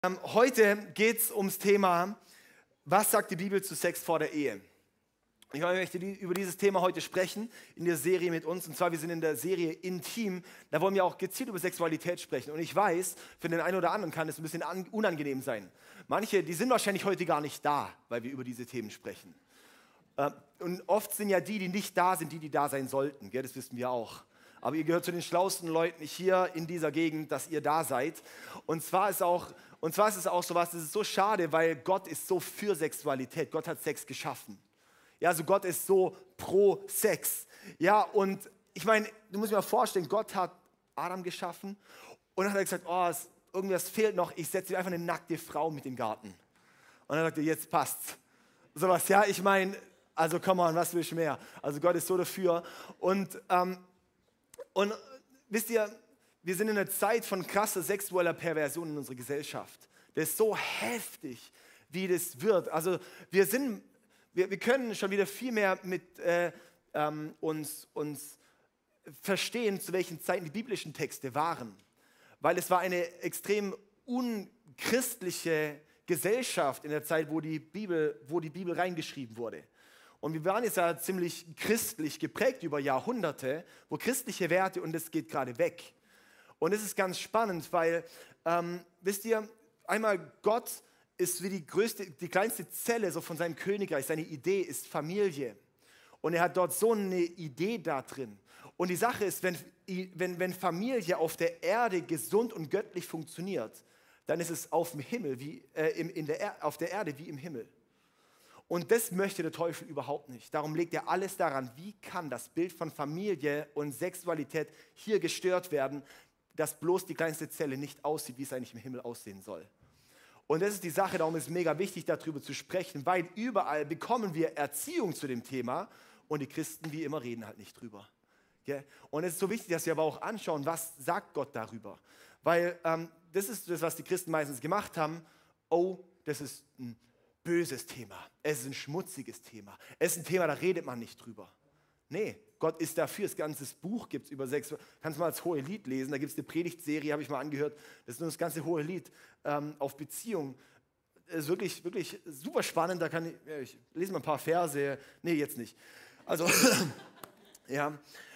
Heute geht es ums Thema, was sagt die Bibel zu Sex vor der Ehe? Ich möchte über dieses Thema heute sprechen, in der Serie mit uns. Und zwar, wir sind in der Serie Intim, da wollen wir auch gezielt über Sexualität sprechen. Und ich weiß, für den einen oder anderen kann es ein bisschen unangenehm sein. Manche, die sind wahrscheinlich heute gar nicht da, weil wir über diese Themen sprechen. Und oft sind ja die nicht da sind, die da sein sollten. Gell? Das wissen wir auch. Aber ihr gehört zu den schlauesten Leuten hier in dieser Gegend, dass ihr da seid. Und zwar ist es auch so was, das ist so schade, weil Gott ist so für Sexualität. Gott hat Sex geschaffen. Ja, also Gott ist so pro Sex. Ja, und ich meine, du musst dir mal vorstellen, Gott hat Adam geschaffen und dann hat er gesagt, irgendwas fehlt noch, ich setze dir einfach eine nackte Frau mit in den Garten. Und dann sagt er, jetzt passt's. Sowas, ja, ich meine, also come on, was will ich mehr? Also Gott ist so dafür. Und wisst ihr, wir sind in einer Zeit von krasser sexueller Perversion in unserer Gesellschaft. Das ist so heftig, wie das wird. Also wir können schon wieder viel mehr mit uns verstehen, zu welchen Zeiten die biblischen Texte waren. Weil es war eine extrem unchristliche Gesellschaft in der Zeit, wo die Bibel reingeschrieben wurde. Und wir waren jetzt ja ziemlich christlich geprägt über Jahrhunderte, wo christliche Werte, und das geht gerade weg. Und es ist ganz spannend, weil, wisst ihr, einmal Gott ist wie die kleinste Zelle so von seinem Königreich. Seine Idee ist Familie. Und er hat dort so eine Idee da drin. Und die Sache ist, wenn Familie auf der Erde gesund und göttlich funktioniert, dann ist es auf dem Himmel auf der Erde wie im Himmel. Und das möchte der Teufel überhaupt nicht. Darum legt er alles daran, wie kann das Bild von Familie und Sexualität hier gestört werden, dass bloß die kleinste Zelle nicht aussieht, wie es eigentlich im Himmel aussehen soll. Und das ist die Sache, darum ist es mega wichtig, darüber zu sprechen, weil überall bekommen wir Erziehung zu dem Thema und die Christen wie immer reden halt nicht drüber. Okay? Und es ist so wichtig, dass wir aber auch anschauen, was sagt Gott darüber. Weil das ist das, was die Christen meistens gemacht haben. Oh, das ist ein böses Thema. Es ist ein schmutziges Thema. Es ist ein Thema, da redet man nicht drüber. Nee, Gott ist dafür. Das ganze Buch gibt es über Sex. Kannst du mal als Hohelied lesen. Da gibt es eine Predigtserie, habe ich mal angehört. Das ist nur das ganze Hohelied auf Beziehung. Das ist wirklich, wirklich super spannend. Ich lese mal ein paar Verse. Nee, jetzt nicht. Also, ja.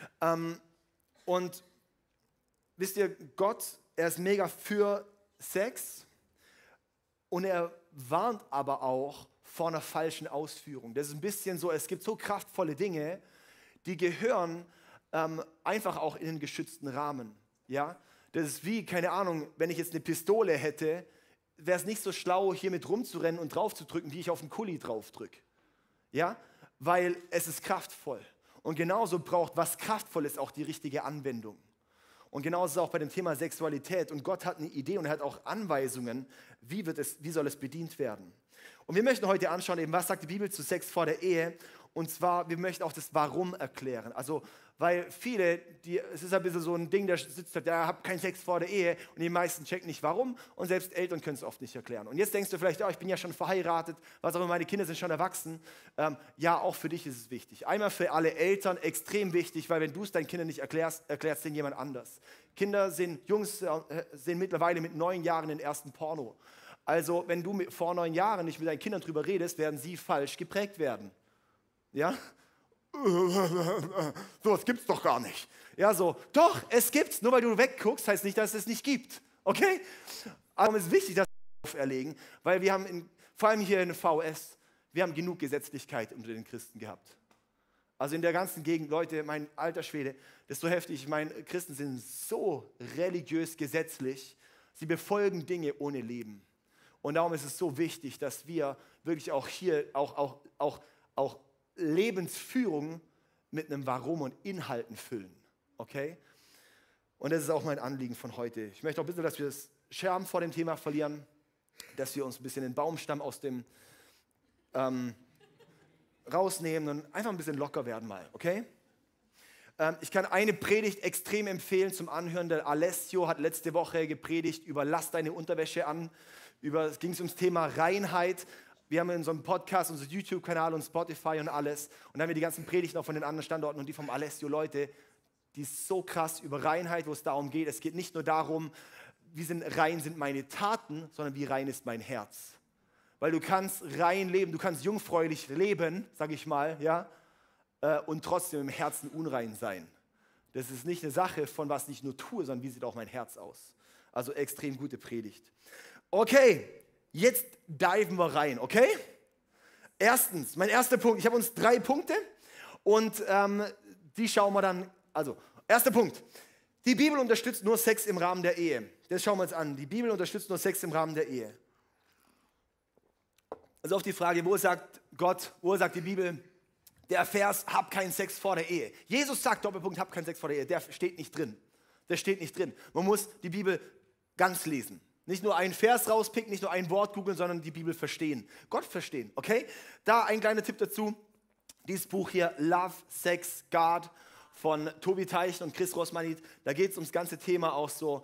Und wisst ihr, Gott, er ist mega für Sex und er warnt aber auch vor einer falschen Ausführung. Das ist ein bisschen so, es gibt so kraftvolle Dinge, die gehören einfach auch in den geschützten Rahmen. Ja? Das ist wie, keine Ahnung, wenn ich jetzt eine Pistole hätte, wäre es nicht so schlau, hier mit rumzurennen und drauf zu drücken, wie ich auf den Kuli drauf drücke. Ja? Weil es ist kraftvoll. Und genauso braucht was kraftvoll ist auch die richtige Anwendung. Und genauso ist es auch bei dem Thema Sexualität. Und Gott hat eine Idee und er hat auch Anweisungen, wie soll es bedient werden. Und wir möchten heute anschauen, eben, was sagt die Bibel zu Sex vor der Ehe. Und zwar, wir möchten auch das Warum erklären. Also, weil viele, es ist ein bisschen so ein Ding, der sitzt da, der hat keinen Sex vor der Ehe und die meisten checken nicht warum und selbst Eltern können es oft nicht erklären. Und jetzt denkst du vielleicht, ich bin ja schon verheiratet, was auch immer, meine Kinder sind schon erwachsen. Ja, auch für dich ist es wichtig. Einmal für alle Eltern extrem wichtig, weil wenn du es deinen Kindern nicht erklärst es denen jemand anders. Jungs sehen mittlerweile mit 9 Jahren den ersten Porno. Also, wenn du vor 9 Jahren nicht mit deinen Kindern drüber redest, werden sie falsch geprägt werden. Ja? Sowas gibt's doch gar nicht. Ja, so, doch, es gibt's. Nur weil du wegguckst, heißt nicht, dass es nicht gibt. Okay? Aber es ist wichtig, dass wir auferlegen, weil wir haben, vor allem hier in VS, wir haben genug Gesetzlichkeit unter den Christen gehabt. Also in der ganzen Gegend, Leute, mein alter Schwede, das ist so heftig. Ich meine, Christen sind so religiös gesetzlich, sie befolgen Dinge ohne Leben. Und darum ist es so wichtig, dass wir wirklich auch hier auch Lebensführung mit einem Warum und Inhalten füllen. Okay? Und das ist auch mein Anliegen von heute. Ich möchte auch ein bisschen, dass wir das Scham vor dem Thema verlieren, dass wir uns ein bisschen den Baumstamm aus dem rausnehmen und einfach ein bisschen locker werden mal. Okay? Ich kann eine Predigt extrem empfehlen zum Anhören. Der Alessio hat letzte Woche gepredigt über Lass deine Unterwäsche an. Es ging ums Thema Reinheit. Wir haben in unserem Podcast, unseren YouTube-Kanal und Spotify und alles. Und dann haben wir die ganzen Predigten auch von den anderen Standorten und die vom Alessio. Leute, die ist so krass über Reinheit, wo es darum geht. Es geht nicht nur darum, rein sind meine Taten, sondern wie rein ist mein Herz. Weil du kannst rein leben, du kannst jungfräulich leben, sage ich mal, ja, und trotzdem im Herzen unrein sein. Das ist nicht eine Sache von was ich nur tue, sondern wie sieht auch mein Herz aus. Also extrem gute Predigt. Okay, jetzt diven wir rein, okay? Erstens, mein erster Punkt, ich habe uns 3 Punkte und die schauen wir dann, also erster Punkt, die Bibel unterstützt nur Sex im Rahmen der Ehe. Das schauen wir uns an, die Bibel unterstützt nur Sex im Rahmen der Ehe. Also auf die Frage, wo sagt Gott, wo sagt die Bibel, der Vers, hab keinen Sex vor der Ehe. Jesus sagt, Doppelpunkt, hab keinen Sex vor der Ehe, der steht nicht drin. Der steht nicht drin. Man muss die Bibel ganz lesen. Nicht nur einen Vers rauspicken, nicht nur ein Wort googeln, sondern die Bibel verstehen. Gott verstehen, okay? Da ein kleiner Tipp dazu. Dieses Buch hier, Love, Sex, God von Tobi Teichen und Chris Rosmanit. Da geht es ums ganze Thema auch so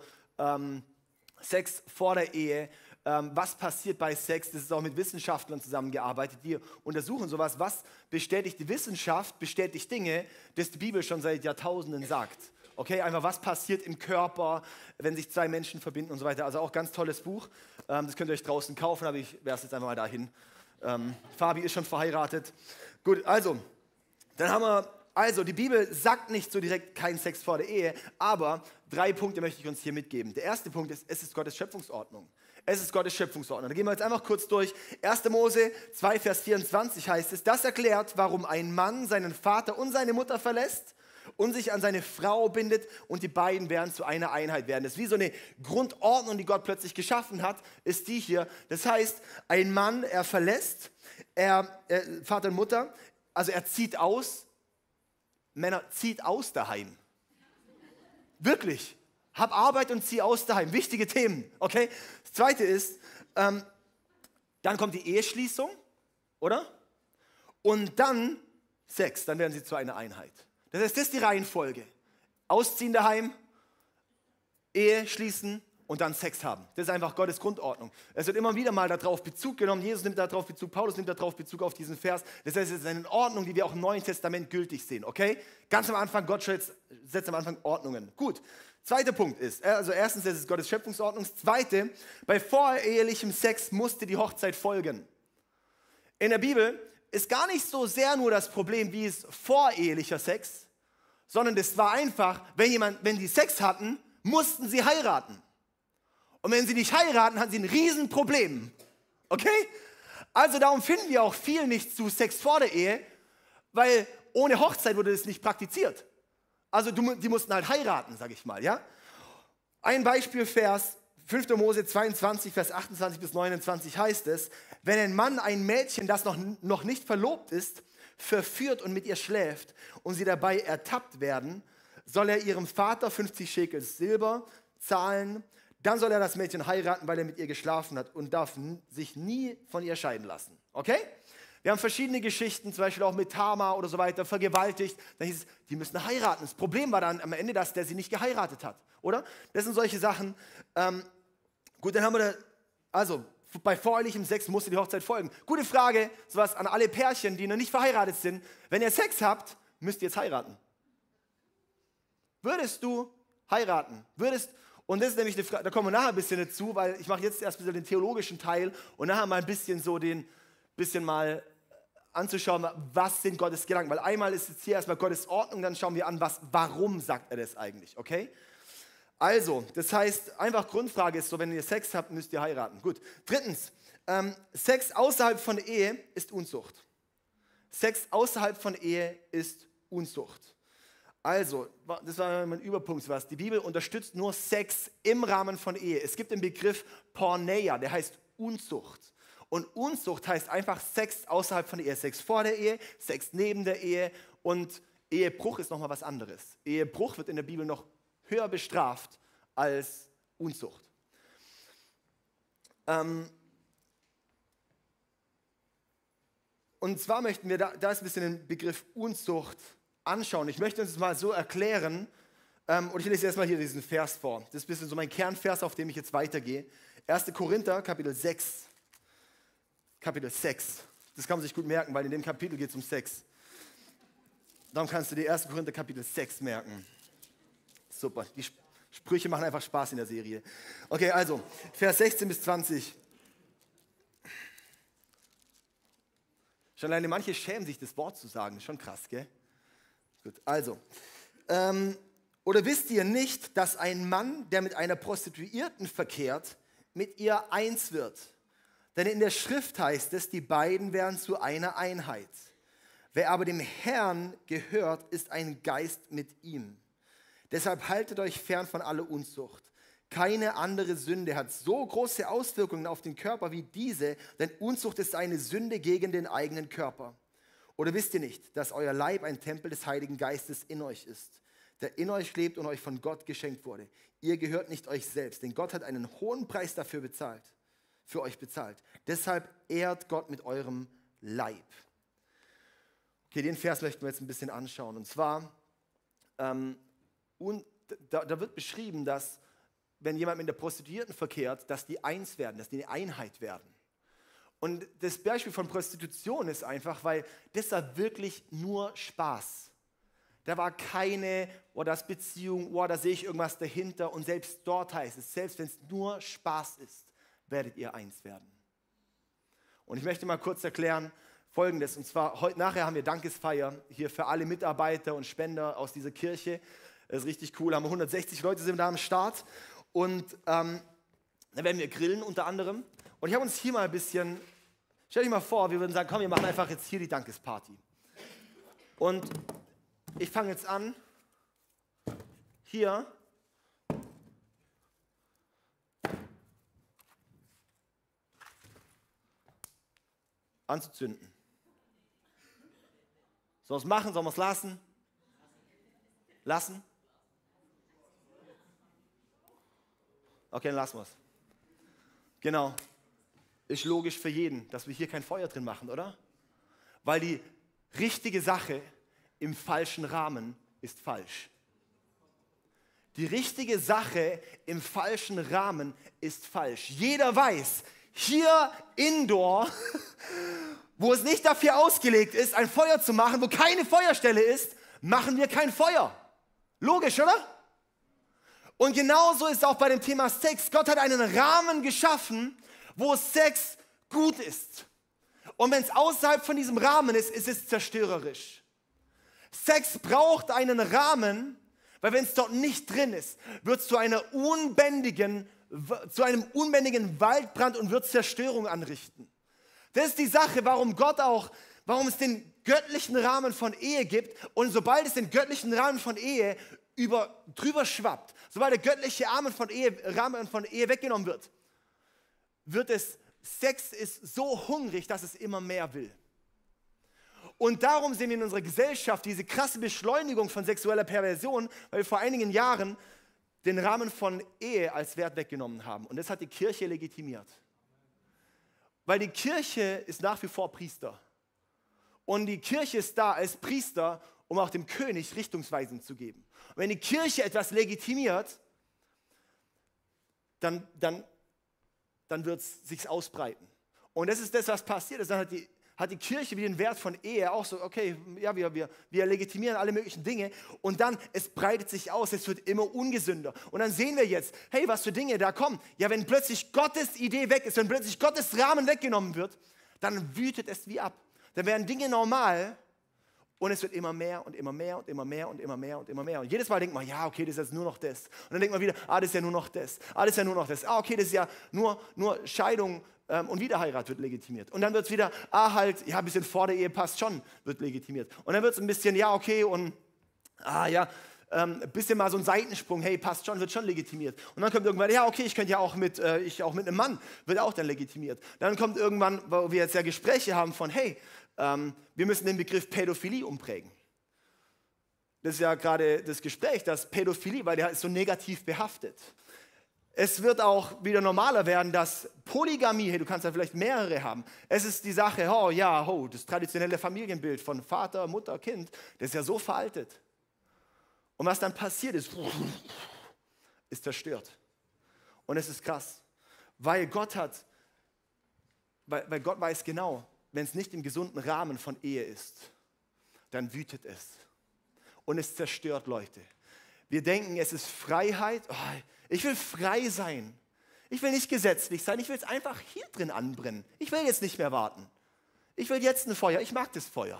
Sex vor der Ehe. Was passiert bei Sex? Das ist auch mit Wissenschaftlern zusammengearbeitet. Die untersuchen sowas. Was bestätigt die Wissenschaft? Bestätigt Dinge, das die Bibel schon seit Jahrtausenden sagt. Okay, einfach was passiert im Körper, wenn sich 2 Menschen verbinden und so weiter. Also auch ganz tolles Buch. Das könnt ihr euch draußen kaufen, aber ich werfe es jetzt einfach mal dahin. Fabi ist schon verheiratet. Gut, also, dann haben wir, also die Bibel sagt nicht so direkt kein Sex vor der Ehe, aber 3 Punkte möchte ich uns hier mitgeben. Der erste Punkt ist, es ist Gottes Schöpfungsordnung. Es ist Gottes Schöpfungsordnung. Da gehen wir jetzt einfach kurz durch. 1. Mose 2, Vers 24 heißt es, das erklärt, warum ein Mann seinen Vater und seine Mutter verlässt und sich an seine Frau bindet und die beiden werden zu einer Einheit werden. Das ist wie so eine Grundordnung, die Gott plötzlich geschaffen hat, ist die hier. Das heißt, ein Mann, er verlässt, Vater und Mutter, also er zieht aus, Männer, zieht aus daheim. Wirklich. Hab Arbeit und zieh aus daheim. Wichtige Themen, okay? Das Zweite ist, dann kommt die Eheschließung, oder? Und dann Sex, dann werden sie zu einer Einheit. Das heißt, das ist die Reihenfolge. Ausziehen daheim, Ehe schließen und dann Sex haben. Das ist einfach Gottes Grundordnung. Es wird immer wieder mal darauf Bezug genommen. Jesus nimmt darauf Bezug, Paulus nimmt darauf Bezug auf diesen Vers. Das heißt, es ist eine Ordnung, die wir auch im Neuen Testament gültig sehen. Okay? Ganz am Anfang, Gott setzt am Anfang Ordnungen. Gut. Zweiter Punkt ist, also erstens, das ist Gottes Schöpfungsordnung. Zweite, bei vorehelichem Sex musste die Hochzeit folgen. In der Bibel ist gar nicht so sehr nur das Problem, wie ist vorehelicher Sex, sondern das war einfach, wenn die Sex hatten, mussten sie heiraten. Und wenn sie nicht heiraten, hatten sie ein Riesenproblem. Okay? Also darum finden wir auch viel nicht zu Sex vor der Ehe, weil ohne Hochzeit wurde das nicht praktiziert. Also die mussten halt heiraten, sage ich mal. Ja? Ein Beispielvers, 5. Mose 22, Vers 28 bis 29 heißt es, wenn ein Mann ein Mädchen, das noch nicht verlobt ist, verführt und mit ihr schläft und sie dabei ertappt werden, soll er ihrem Vater 50 Schekel Silber zahlen, dann soll er das Mädchen heiraten, weil er mit ihr geschlafen hat und darf sich nie von ihr scheiden lassen. Okay? Wir haben verschiedene Geschichten, zum Beispiel auch mit Tamar oder so weiter, vergewaltigt. Dann hieß es, die müssen heiraten. Das Problem war dann am Ende, dass der sie nicht geheiratet hat, oder? Das sind solche Sachen. Gut, dann haben wir da, also bei vorehelichem Sex musste die Hochzeit folgen. Gute Frage, sowas an alle Pärchen, die noch nicht verheiratet sind. Wenn ihr Sex habt, müsst ihr jetzt heiraten. Würdest du heiraten? Und das ist nämlich eine Frage, da kommen wir nachher ein bisschen dazu, weil ich mache jetzt erst ein bisschen den theologischen Teil und nachher mal ein bisschen so mal anzuschauen, was sind Gottes Gedanken. Weil einmal ist jetzt hier erstmal Gottes Ordnung, dann schauen wir an, warum sagt er das eigentlich, okay? Also, das heißt, einfach Grundfrage ist so, wenn ihr Sex habt, müsst ihr heiraten. Gut. Drittens, Sex außerhalb von Ehe ist Unzucht. Sex außerhalb von Ehe ist Unzucht. Also, das war mein Überpunkt. Die Bibel unterstützt nur Sex im Rahmen von Ehe. Es gibt den Begriff Porneia, der heißt Unzucht. Und Unzucht heißt einfach Sex außerhalb von der Ehe. Sex vor der Ehe, Sex neben der Ehe und Ehebruch ist nochmal was anderes. Ehebruch wird in der Bibel noch höher bestraft als Unzucht. Und zwar möchten wir da ist ein bisschen den Begriff Unzucht anschauen. Ich möchte uns das mal so erklären und ich lese erstmal hier diesen Vers vor. Das ist ein bisschen so mein Kernvers, auf dem ich jetzt weitergehe. 1. Korinther, Kapitel 6. Kapitel 6. Das kann man sich gut merken, weil in dem Kapitel geht es um Sex. Darum kannst du dir 1. Korinther Kapitel 6 merken. Super. Sprüche machen einfach Spaß in der Serie. Okay, also, Vers 16 bis 20. Schon alleine manche schämen sich, das Wort zu sagen. Schon krass, gell? Gut, also. Oder wisst ihr nicht, dass ein Mann, der mit einer Prostituierten verkehrt, mit ihr eins wird? Denn in der Schrift heißt es, die beiden werden zu einer Einheit. Wer aber dem Herrn gehört, ist ein Geist mit ihm. Deshalb haltet euch fern von aller Unzucht. Keine andere Sünde hat so große Auswirkungen auf den Körper wie diese, denn Unzucht ist eine Sünde gegen den eigenen Körper. Oder wisst ihr nicht, dass euer Leib ein Tempel des Heiligen Geistes in euch ist, der in euch lebt und euch von Gott geschenkt wurde? Ihr gehört nicht euch selbst, denn Gott hat einen hohen Preis dafür bezahlt, für euch bezahlt. Deshalb ehrt Gott mit eurem Leib. Okay, den Vers möchten wir jetzt ein bisschen anschauen. Und zwar, da wird beschrieben, dass wenn jemand mit der Prostituierten verkehrt, dass die eins werden, dass die eine Einheit werden. Und das Beispiel von Prostitution ist einfach, weil das war wirklich nur Spaß. Da war keine, das Beziehung, da sehe ich irgendwas dahinter. Und selbst dort heißt es, selbst wenn es nur Spaß ist, werdet ihr eins werden. Und ich möchte mal kurz erklären Folgendes. Und zwar, heute nachher haben wir Dankesfeier hier für alle Mitarbeiter und Spender aus dieser Kirche. Das ist richtig cool, haben wir 160 Leute sind da am Start. Und dann werden wir grillen unter anderem. Und ich habe uns hier mal ein bisschen, stell dich mal vor, wir würden sagen, komm, wir machen einfach jetzt hier die Dankesparty. Und ich fange jetzt an, hier anzuzünden. Sollen wir es machen, sollen wir es lassen? Lassen? Okay, dann lassen wir es. Genau. Ist logisch für jeden, dass wir hier kein Feuer drin machen, oder? Weil die richtige Sache im falschen Rahmen ist falsch. Die richtige Sache im falschen Rahmen ist falsch. Jeder weiß, hier indoor, wo es nicht dafür ausgelegt ist, ein Feuer zu machen, wo keine Feuerstelle ist, machen wir kein Feuer. Logisch, oder? Und genauso ist es auch bei dem Thema Sex. Gott hat einen Rahmen geschaffen, wo Sex gut ist. Und wenn es außerhalb von diesem Rahmen ist, ist es zerstörerisch. Sex braucht einen Rahmen, weil wenn es dort nicht drin ist, wird es zu einem unbändigen Waldbrand und wird Zerstörung anrichten. Das ist die Sache, warum es den göttlichen Rahmen von Ehe gibt. Und sobald es den göttlichen Rahmen von Ehe drüber schwappt, sobald der göttliche Rahmen von Ehe weggenommen wird Sex ist so hungrig, dass es immer mehr will. Und darum sehen wir in unserer Gesellschaft diese krasse Beschleunigung von sexueller Perversion, weil wir vor einigen Jahren den Rahmen von Ehe als Wert weggenommen haben. Und das hat die Kirche legitimiert. Weil die Kirche ist nach wie vor Priester. Und die Kirche ist da als Priester, um auch dem König Richtungsweisung zu geben. Und wenn die Kirche etwas legitimiert, dann wird es sich ausbreiten. Und das ist das, was passiert ist. Dann hat die Kirche wie den Wert von Ehe auch so, okay, ja, wir legitimieren alle möglichen Dinge und dann, es breitet sich aus, es wird immer ungesünder. Und dann sehen wir jetzt, hey, was für Dinge da kommen. Ja, wenn plötzlich Gottes Idee weg ist, wenn plötzlich Gottes Rahmen weggenommen wird, dann wütet es wie ab. Dann werden Dinge normal und es wird immer mehr und immer mehr und immer mehr und immer mehr und immer mehr. Und jedes Mal denkt man, ja, okay, das ist jetzt nur noch das. Und dann denkt man wieder, das ist ja nur noch das. Das ist ja nur noch das. Okay, das ist ja nur Scheidung und Wiederheirat wird legitimiert. Und dann wird es wieder, ein bisschen vor der Ehe passt schon, wird legitimiert. Und dann wird es ein bisschen, ja, okay, und ein bisschen mal so ein Seitensprung, hey, passt schon, wird schon legitimiert. Und dann kommt irgendwann, ja, okay, ich könnte ja auch mit einem Mann, wird auch dann legitimiert. Dann kommt irgendwann, wo wir jetzt ja Gespräche haben von, hey, wir müssen den Begriff Pädophilie umprägen. Das ist ja gerade das Gespräch, dass Pädophilie, weil der ist so negativ behaftet. Es wird auch wieder normaler werden, dass Polygamie, hey, du kannst ja vielleicht mehrere haben. Es ist die Sache, das traditionelle Familienbild von Vater, Mutter, Kind, das ist ja so veraltet. Und was dann passiert ist zerstört. Und es ist krass, weil Gott weiß genau, wenn es nicht im gesunden Rahmen von Ehe ist, dann wütet es. Und es zerstört Leute. Wir denken, es ist Freiheit. Oh, ich will frei sein. Ich will nicht gesetzlich sein. Ich will es einfach hier drin anbrennen. Ich will jetzt nicht mehr warten. Ich will jetzt ein Feuer. Ich mag das Feuer.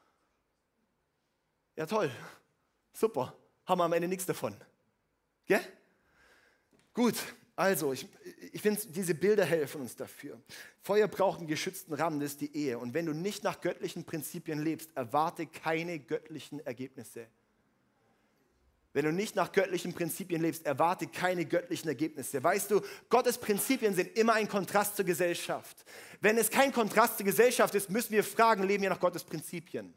Ja, toll. Super. Haben wir am Ende nichts davon. Gell? Gut. Also, ich finde, diese Bilder helfen uns dafür. Feuer braucht einen geschützten Rahmen, das ist die Ehe. Und wenn du nicht nach göttlichen Prinzipien lebst, erwarte keine göttlichen Ergebnisse. Wenn du nicht nach göttlichen Prinzipien lebst, erwarte keine göttlichen Ergebnisse. Weißt du, Gottes Prinzipien sind immer ein Kontrast zur Gesellschaft. Wenn es kein Kontrast zur Gesellschaft ist, müssen wir fragen, leben wir nach Gottes Prinzipien?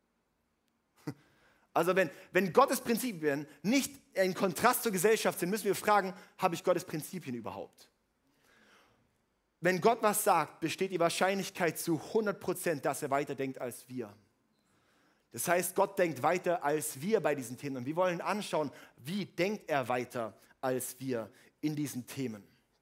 Also wenn Gottes Prinzipien nicht ein Kontrast zur Gesellschaft sind, müssen wir fragen, habe ich Gottes Prinzipien überhaupt? Wenn Gott was sagt, besteht die Wahrscheinlichkeit zu 100%, dass er weiterdenkt als wir. Das heißt, Gott denkt weiter als wir bei diesen Themen. Und wir wollen anschauen, wie denkt er weiter als wir in diesen Themen.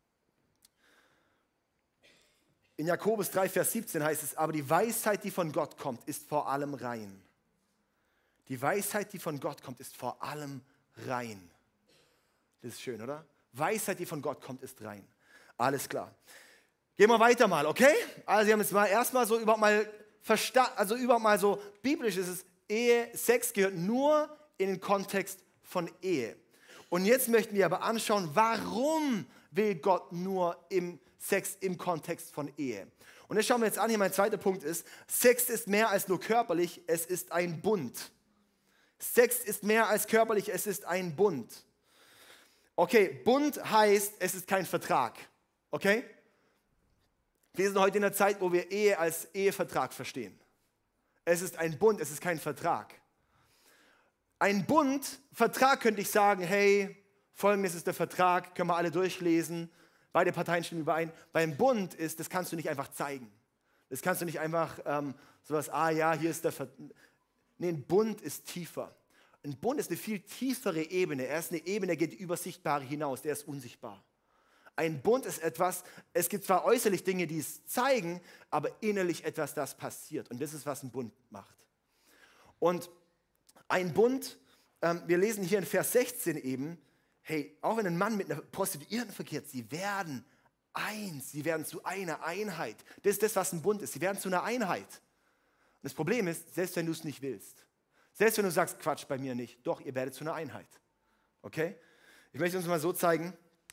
In Jakobus 3, Vers 17 heißt es, aber die Weisheit, die von Gott kommt, ist vor allem rein. Die Weisheit, die von Gott kommt, ist vor allem rein. Das ist schön, oder? Weisheit, die von Gott kommt, ist rein. Alles klar. Gehen wir weiter mal, okay? Also wir haben jetzt mal erstmal so überhaupt mal verstanden, also überhaupt mal so biblisch ist es, Ehe, Sex gehört nur in den Kontext von Ehe. Und jetzt möchten wir aber anschauen, warum will Gott nur im Sex im Kontext von Ehe? Und das schauen wir jetzt an, hier mein zweiter Punkt ist, Sex ist mehr als nur körperlich, es ist ein Bund. Sex ist mehr als körperlich, es ist ein Bund. Okay, Bund heißt, es ist kein Vertrag. Okay? Wir sind heute in der Zeit, wo wir Ehe als Ehevertrag verstehen. Es ist ein Bund, es ist kein Vertrag. Ein Bund, Vertrag könnte ich sagen, hey, folgendes ist der Vertrag, können wir alle durchlesen, beide Parteien stimmen überein. Beim Bund ist, das kannst du nicht einfach zeigen. Das kannst du nicht einfach sowas, ja, hier ist der Vertrag. Nee, ein Bund ist tiefer. Ein Bund ist eine viel tiefere Ebene. Er ist eine Ebene, der geht über Sichtbare hinaus, der ist unsichtbar. Ein Bund ist etwas, es gibt zwar äußerlich Dinge, die es zeigen, aber innerlich etwas, das passiert. Und das ist, was ein Bund macht. Und ein Bund, wir lesen hier in Vers 16 eben, hey, auch wenn ein Mann mit einer Prostituierten verkehrt, sie werden eins, sie werden zu einer Einheit. Das ist das, was ein Bund ist. Sie werden zu einer Einheit. Und das Problem ist, selbst wenn du es nicht willst, selbst wenn du sagst, Quatsch, bei mir nicht, doch, ihr werdet zu einer Einheit. Okay? Ich möchte uns mal so zeigen.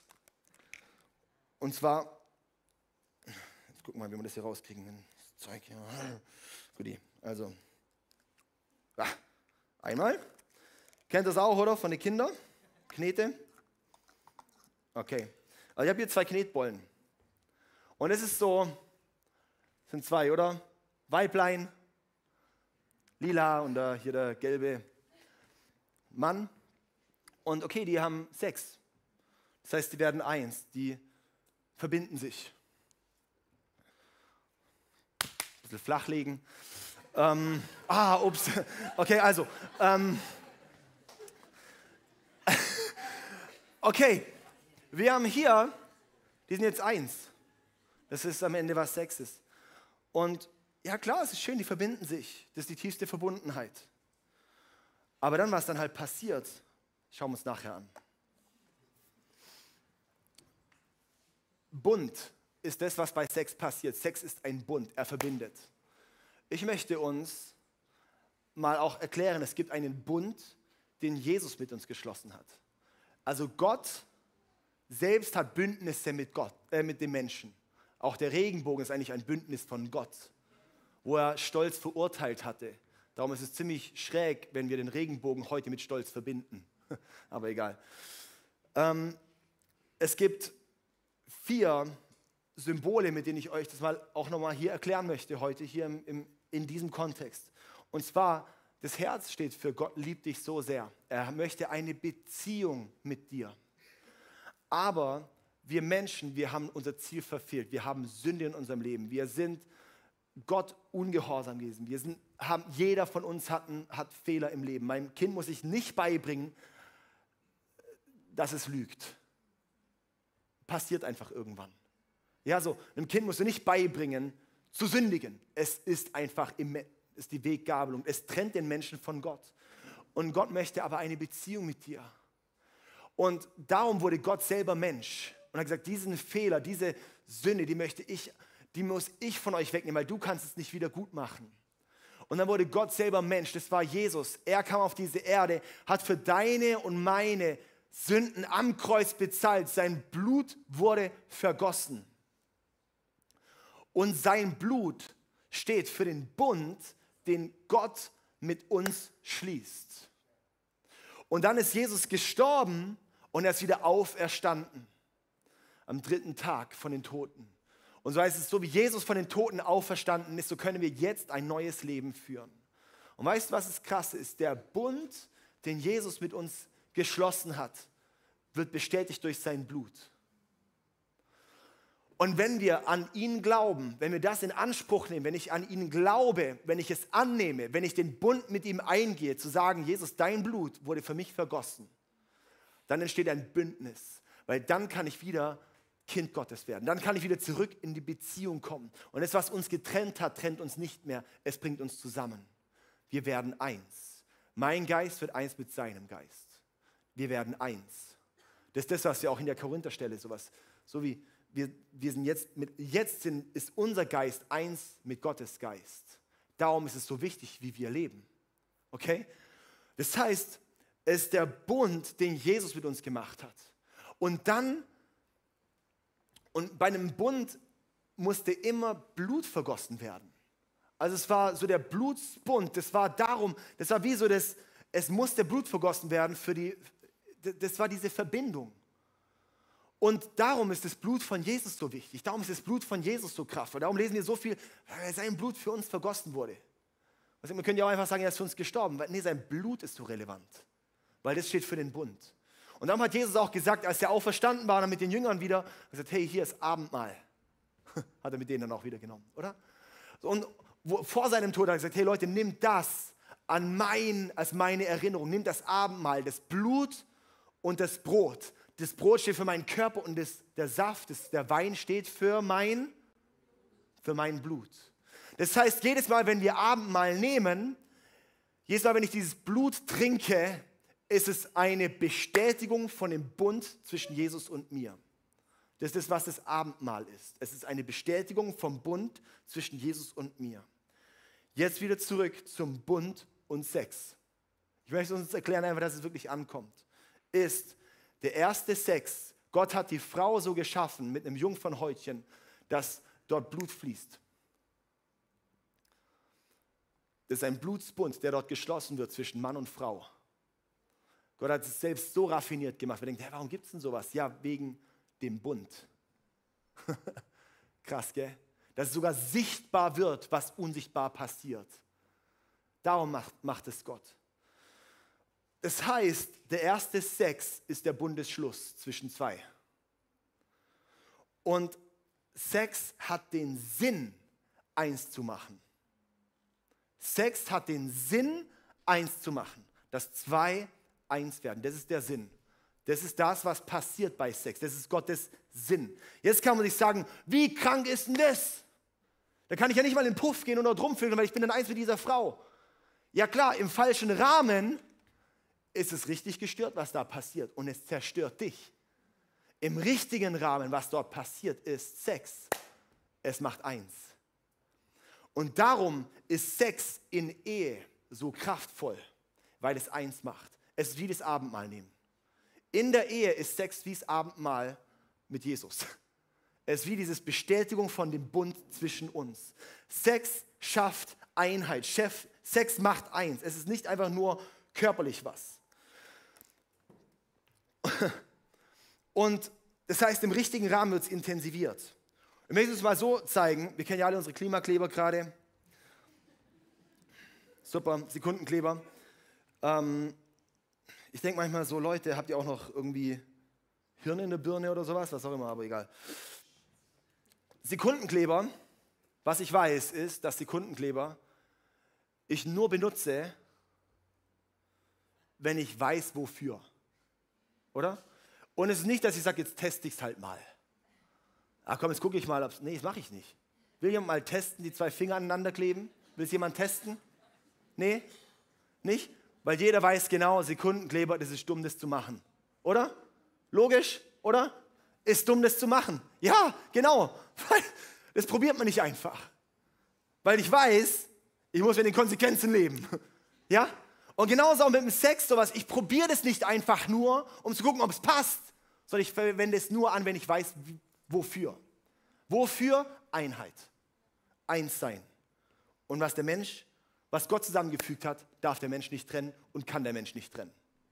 Und zwar, jetzt gucken wir mal, wie wir das hier rauskriegen. Das Zeug hier. Guti, also, einmal. Kennt das auch, oder? Von den Kindern? Knete. Okay. Also ich habe hier 2 Knetbollen. Und es ist so, sind 2, oder? Weiblein, lila und hier der gelbe Mann. Und okay, die haben Sex. Das heißt, die werden eins. Die verbinden sich. Ein bisschen flachlegen. Ups. Okay, also. Okay, wir haben hier, die sind jetzt eins. Das ist am Ende, was Sex ist. Und ja klar, es ist schön, die verbinden sich. Das ist die tiefste Verbundenheit. Aber dann, was dann halt passiert, schauen wir uns nachher an. Bund ist das, was bei Sex passiert. Sex ist ein Bund, er verbindet. Ich möchte uns mal auch erklären, es gibt einen Bund, den Jesus mit uns geschlossen hat. Also Gott selbst hat Bündnisse mit dem Menschen. Auch der Regenbogen ist eigentlich ein Bündnis von Gott, wo er Stolz verurteilt hatte. Darum ist es ziemlich schräg, wenn wir den Regenbogen heute mit Stolz verbinden. Aber egal. Es gibt 4 Symbole, mit denen ich euch das mal auch nochmal hier erklären möchte, heute hier in diesem Kontext. Und zwar, das Herz steht für Gott liebt dich so sehr. Er möchte eine Beziehung mit dir. Aber wir Menschen, wir haben unser Ziel verfehlt. Wir haben Sünde in unserem Leben. Wir sind Gott ungehorsam gewesen. Jeder von uns hat Fehler im Leben. Meinem Kind muss ich nicht beibringen, dass es lügt. Passiert einfach irgendwann. Ja, so, einem Kind musst du nicht beibringen, zu sündigen. Es ist einfach ist die Weggabelung. Es trennt den Menschen von Gott. Und Gott möchte aber eine Beziehung mit dir. Und darum wurde Gott selber Mensch und hat gesagt, diesen Fehler, diese Sünde, die muss ich von euch wegnehmen, weil du kannst es nicht wieder gut machen. Und dann wurde Gott selber Mensch, das war Jesus. Er kam auf diese Erde, hat für deine und meine Sünden am Kreuz bezahlt. Sein Blut wurde vergossen. Und sein Blut steht für den Bund, den Gott mit uns schließt. Und dann ist Jesus gestorben und er ist wieder auferstanden. Am 3. Tag von den Toten. Und so heißt es, so wie Jesus von den Toten auferstanden ist, so können wir jetzt ein neues Leben führen. Und weißt du, was das Krasse ist? Der Bund, den Jesus mit uns geschlossen hat, wird bestätigt durch sein Blut. Und wenn wir an ihn glauben, wenn wir das in Anspruch nehmen, wenn ich an ihn glaube, wenn ich es annehme, wenn ich den Bund mit ihm eingehe, zu sagen, Jesus, dein Blut wurde für mich vergossen, dann entsteht ein Bündnis, weil dann kann ich wieder Kind Gottes werden. Dann kann ich wieder zurück in die Beziehung kommen. Und das, was uns getrennt hat, trennt uns nicht mehr. Es bringt uns zusammen. Wir werden eins. Mein Geist wird eins mit seinem Geist. Wir werden eins. Das ist das, was wir auch in der Korintherstelle sowas, so wie wir sind ist unser Geist eins mit Gottes Geist. Darum ist es so wichtig, wie wir leben. Okay? Das heißt, es ist der Bund, den Jesus mit uns gemacht hat. Und bei einem Bund musste immer Blut vergossen werden. Also es war so der Blutsbund, das war wie so es musste Blut vergossen werden das war diese Verbindung. Und darum ist das Blut von Jesus so wichtig, darum ist das Blut von Jesus so kraftvoll, darum lesen wir so viel, weil sein Blut für uns vergossen wurde. Also wir können ja auch einfach sagen, er ist für uns gestorben, weil sein Blut ist so relevant, weil das steht für den Bund. Und darum hat Jesus auch gesagt, als er auferstanden war, dann mit den Jüngern wieder, gesagt, hey, hier ist Abendmahl. Hat er mit denen dann auch wieder genommen, oder? Und vor seinem Tod hat er gesagt, hey Leute, nehmt das als meine Erinnerung, nehmt das Abendmahl, das Blut und das Brot. Das Brot steht für meinen Körper und der Saft, der Wein steht für mein Blut. Das heißt, jedes Mal, wenn wir Abendmahl nehmen, jedes Mal, wenn ich dieses Blut trinke, ist es eine Bestätigung von dem Bund zwischen Jesus und mir. Das ist das, was das Abendmahl ist. Es ist eine Bestätigung vom Bund zwischen Jesus und mir. Jetzt wieder zurück zum Bund und Sex. Ich möchte uns erklären, einfach, dass es wirklich ankommt. Ist der erste Sex. Gott hat die Frau so geschaffen mit einem Jungfernhäutchen, dass dort Blut fließt. Das ist ein Blutsbund, der dort geschlossen wird zwischen Mann und Frau. Gott hat es selbst so raffiniert gemacht. Wir denken, warum gibt es denn sowas? Ja, wegen dem Bund. Krass, gell? Dass es sogar sichtbar wird, was unsichtbar passiert. Darum macht es Gott. Das heißt, der erste Sex ist der Bundesschluss zwischen zwei. Und Sex hat den Sinn, eins zu machen. Sex hat den Sinn, eins zu machen. Dass zwei eins werden. Das ist der Sinn. Das ist das, was passiert bei Sex. Das ist Gottes Sinn. Jetzt kann man sich sagen, wie krank ist denn das? Da kann ich ja nicht mal in den Puff gehen und dort rumvögeln, weil ich bin dann eins mit dieser Frau. Ja klar, im falschen Rahmen ist es richtig gestört, was da passiert. Und es zerstört dich. Im richtigen Rahmen, was dort passiert, ist Sex. Es macht eins. Und darum ist Sex in Ehe so kraftvoll, weil es eins macht. Es ist wie das Abendmahl nehmen. In der Ehe ist Sex wie das Abendmahl mit Jesus. Es ist wie diese Bestätigung von dem Bund zwischen uns. Sex schafft Einheit. Sex macht eins. Es ist nicht einfach nur körperlich was. Und das heißt, im richtigen Rahmen wird es intensiviert. Ich möchte es mal so zeigen. Wir kennen ja alle unsere Klimakleber gerade. Super, Sekundenkleber. Ich denke manchmal so, Leute, habt ihr auch noch irgendwie Hirn in der Birne oder sowas? Was auch immer, aber egal. Sekundenkleber, was ich weiß, ist, dass Sekundenkleber ich nur benutze, wenn ich weiß, wofür. Oder? Und es ist nicht, dass ich sage, jetzt teste ich es halt mal. Ach komm, jetzt gucke ich mal. Nee, das mache ich nicht. Will jemand mal testen, die zwei Finger aneinander kleben? Will es jemand testen? Nee? Nicht? Weil jeder weiß genau, Sekundenkleber, das ist dumm, das zu machen. Oder? Logisch, oder? Ist dumm, das zu machen. Ja, genau. Das probiert man nicht einfach. Weil ich weiß, ich muss mit den Konsequenzen leben. Ja? Und genauso auch mit dem Sex, sowas. Ich probiere das nicht einfach nur, um zu gucken, ob es passt, sondern ich verwende es nur an, wenn ich weiß, wofür. Wofür? Einheit. Eins sein. Und was Gott zusammengefügt hat, darf der Mensch nicht trennen und kann der Mensch nicht trennen.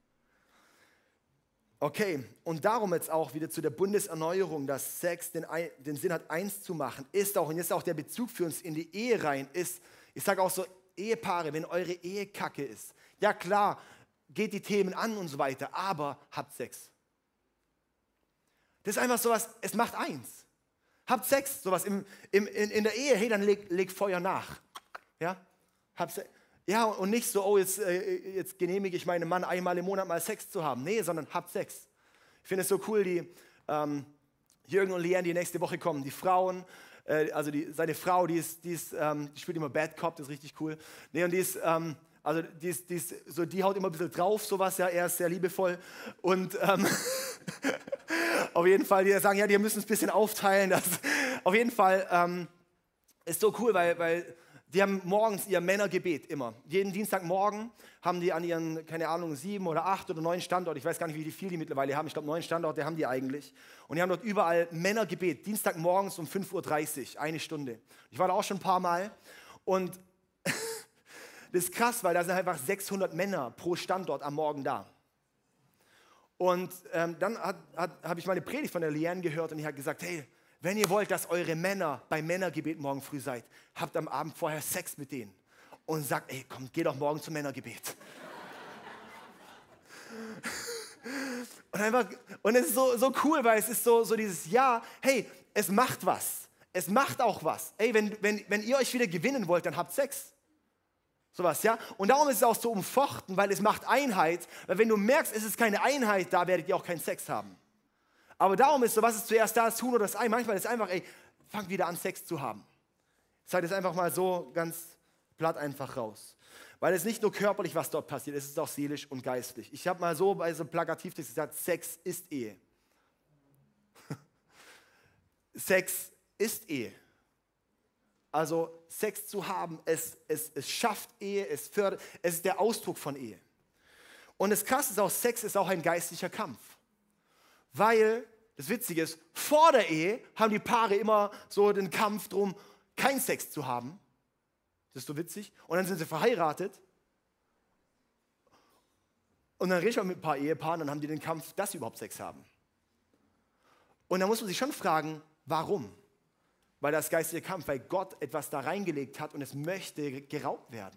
Okay, und darum jetzt auch wieder zu der Bundeserneuerung, dass Sex den Sinn hat, eins zu machen, ist auch, und jetzt auch der Bezug für uns in die Ehe rein, ist, ich sage auch so, Ehepaare, wenn eure Ehe kacke ist, ja klar, geht die Themen an und so weiter, aber habt Sex. Das ist einfach sowas, es macht eins. Habt Sex, sowas in der Ehe, hey, dann leg Feuer nach. Ja, habt Sex. Ja, und nicht so, oh, jetzt genehmige ich meinem Mann einmal im Monat mal Sex zu haben. Nee, sondern habt Sex. Ich finde es so cool, Jürgen und Leanne, die nächste Woche kommen, die Frauen, seine Frau, die spielt immer Bad Cop, das ist richtig cool. Nee, und die haut immer ein bisschen drauf, sowas, ja, er ist sehr liebevoll. Und auf jeden Fall, die sagen, ja, die müssen es ein bisschen aufteilen. Auf jeden Fall ist so cool, weil die haben morgens ihr Männergebet immer. Jeden Dienstagmorgen haben die an ihren, keine Ahnung, 7 oder 8 oder 9 Standorte, ich weiß gar nicht, wie viel die mittlerweile haben, ich glaube 9 Standorte haben die eigentlich. Und die haben dort überall Männergebet, Dienstagmorgens um 5:30 Uhr, 1 Stunde. Ich war da auch schon ein paar Mal und das ist krass, weil da sind einfach 600 Männer pro Standort am Morgen da. Und dann habe ich meine Predigt von der Leanne gehört und die hat gesagt, hey, wenn ihr wollt, dass eure Männer beim Männergebet morgen früh seid, habt am Abend vorher Sex mit denen und sagt, ey, komm, geh doch morgen zum Männergebet. Und es ist so cool, weil es ist so dieses, ja, hey, es macht was. Es macht auch was. Ey, wenn ihr euch wieder gewinnen wollt, dann habt Sex. Sowas, ja? Und darum ist es auch so umfochten, weil es macht Einheit. Weil wenn du merkst, es ist keine Einheit da, werdet ihr auch keinen Sex haben. Aber darum ist so, was ist zuerst da, das Huhn oder das Ei? Manchmal ist es einfach, ey, fang wieder an, Sex zu haben. Ich sage das einfach mal so ganz platt einfach raus. Weil es nicht nur körperlich, was dort passiert, es ist auch seelisch und geistlich. Ich habe mal so bei so plakativ gesagt, Sex ist Ehe. Sex ist Ehe. Also Sex zu haben, es schafft Ehe, es fördert, es ist der Ausdruck von Ehe. Und das Krasse ist auch, Sex ist auch ein geistlicher Kampf. Weil, das Witzige ist, vor der Ehe haben die Paare immer so den Kampf drum, keinen Sex zu haben. Das ist so witzig. Und dann sind sie verheiratet. Und dann rede ich auch mit ein paar Ehepaaren, dann haben die den Kampf, dass sie überhaupt Sex haben. Und dann muss man sich schon fragen, warum? Weil das geistliche Kampf, weil Gott etwas da reingelegt hat und es möchte geraubt werden.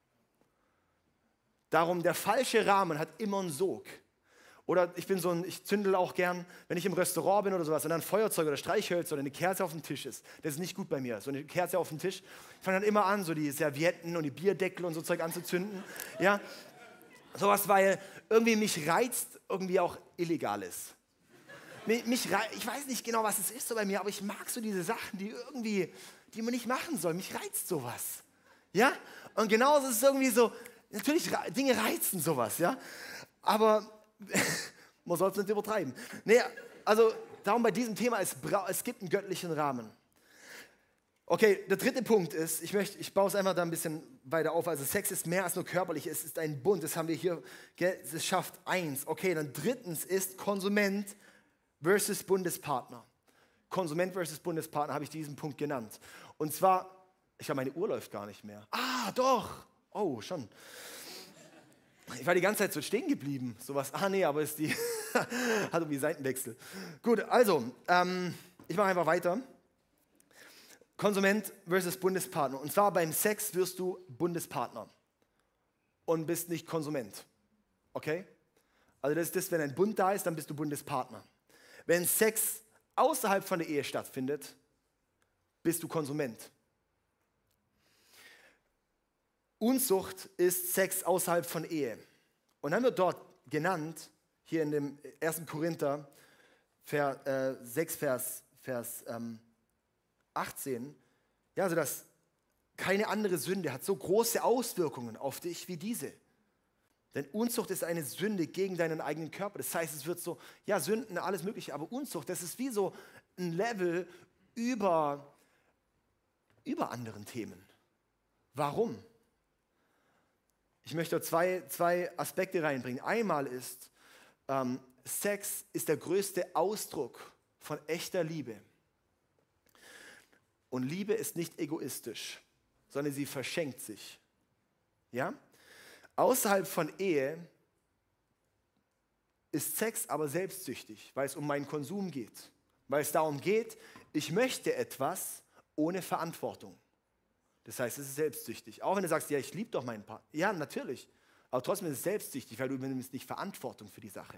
Darum, der falsche Rahmen hat immer einen Sog. Oder ich zündel auch gern, wenn ich im Restaurant bin oder sowas und dann Feuerzeug oder Streichhölzer oder eine Kerze auf dem Tisch ist. Das ist nicht gut bei mir. So eine Kerze auf dem Tisch. Ich fange dann immer an, so die Servietten und die Bierdeckel und so Zeug anzuzünden. Ja, sowas, weil irgendwie mich reizt irgendwie auch Illegales. Ich weiß nicht genau, was es ist so bei mir, aber ich mag so diese Sachen, die man nicht machen soll. Mich reizt sowas. Ja? Und genauso ist es irgendwie so, natürlich, Dinge reizen sowas, ja? Aber man soll es nicht übertreiben. Nee, also darum bei diesem Thema, es gibt einen göttlichen Rahmen. Okay, der dritte Punkt ist, ich baue es einfach da ein bisschen weiter auf, also Sex ist mehr als nur körperlich, es ist ein Bund, das haben wir hier, es schafft eins. Okay, dann drittens ist Konsument versus Bundespartner. Konsument versus Bundespartner habe ich diesen Punkt genannt. Und zwar, ich glaube, meine Uhr läuft gar nicht mehr. Ah, doch. Oh, schon. Ich war die ganze Zeit so stehen geblieben. Sowas. Ah, nee, aber ist die. Hat irgendwie Seitenwechsel. Gut, also, ich mache einfach weiter. Konsument versus Bundespartner. Und zwar beim Sex wirst du Bundespartner und bist nicht Konsument. Okay? Also, das ist das, wenn ein Bund da ist, dann bist du Bundespartner. Wenn Sex außerhalb von der Ehe stattfindet, bist du Konsument. Unzucht ist Sex außerhalb von Ehe. Und dann wird dort genannt, hier in dem 1. Korinther 6, Vers 18, ja, also dass keine andere Sünde hat so große Auswirkungen auf dich wie diese. Denn Unzucht ist eine Sünde gegen deinen eigenen Körper. Das heißt, es wird so, ja, Sünden, alles Mögliche, aber Unzucht, das ist wie so ein Level über anderen Themen. Warum? Ich möchte zwei Aspekte reinbringen. Einmal ist, Sex ist der größte Ausdruck von echter Liebe. Und Liebe ist nicht egoistisch, sondern sie verschenkt sich. Ja? Außerhalb von Ehe ist Sex aber selbstsüchtig, weil es um meinen Konsum geht. Weil es darum geht, ich möchte etwas ohne Verantwortung. Das heißt, es ist selbstsüchtig. Auch wenn du sagst, ja, ich liebe doch meinen Partner. Ja, natürlich. Aber trotzdem ist es selbstsüchtig, weil du übernimmst nicht Verantwortung für die Sache.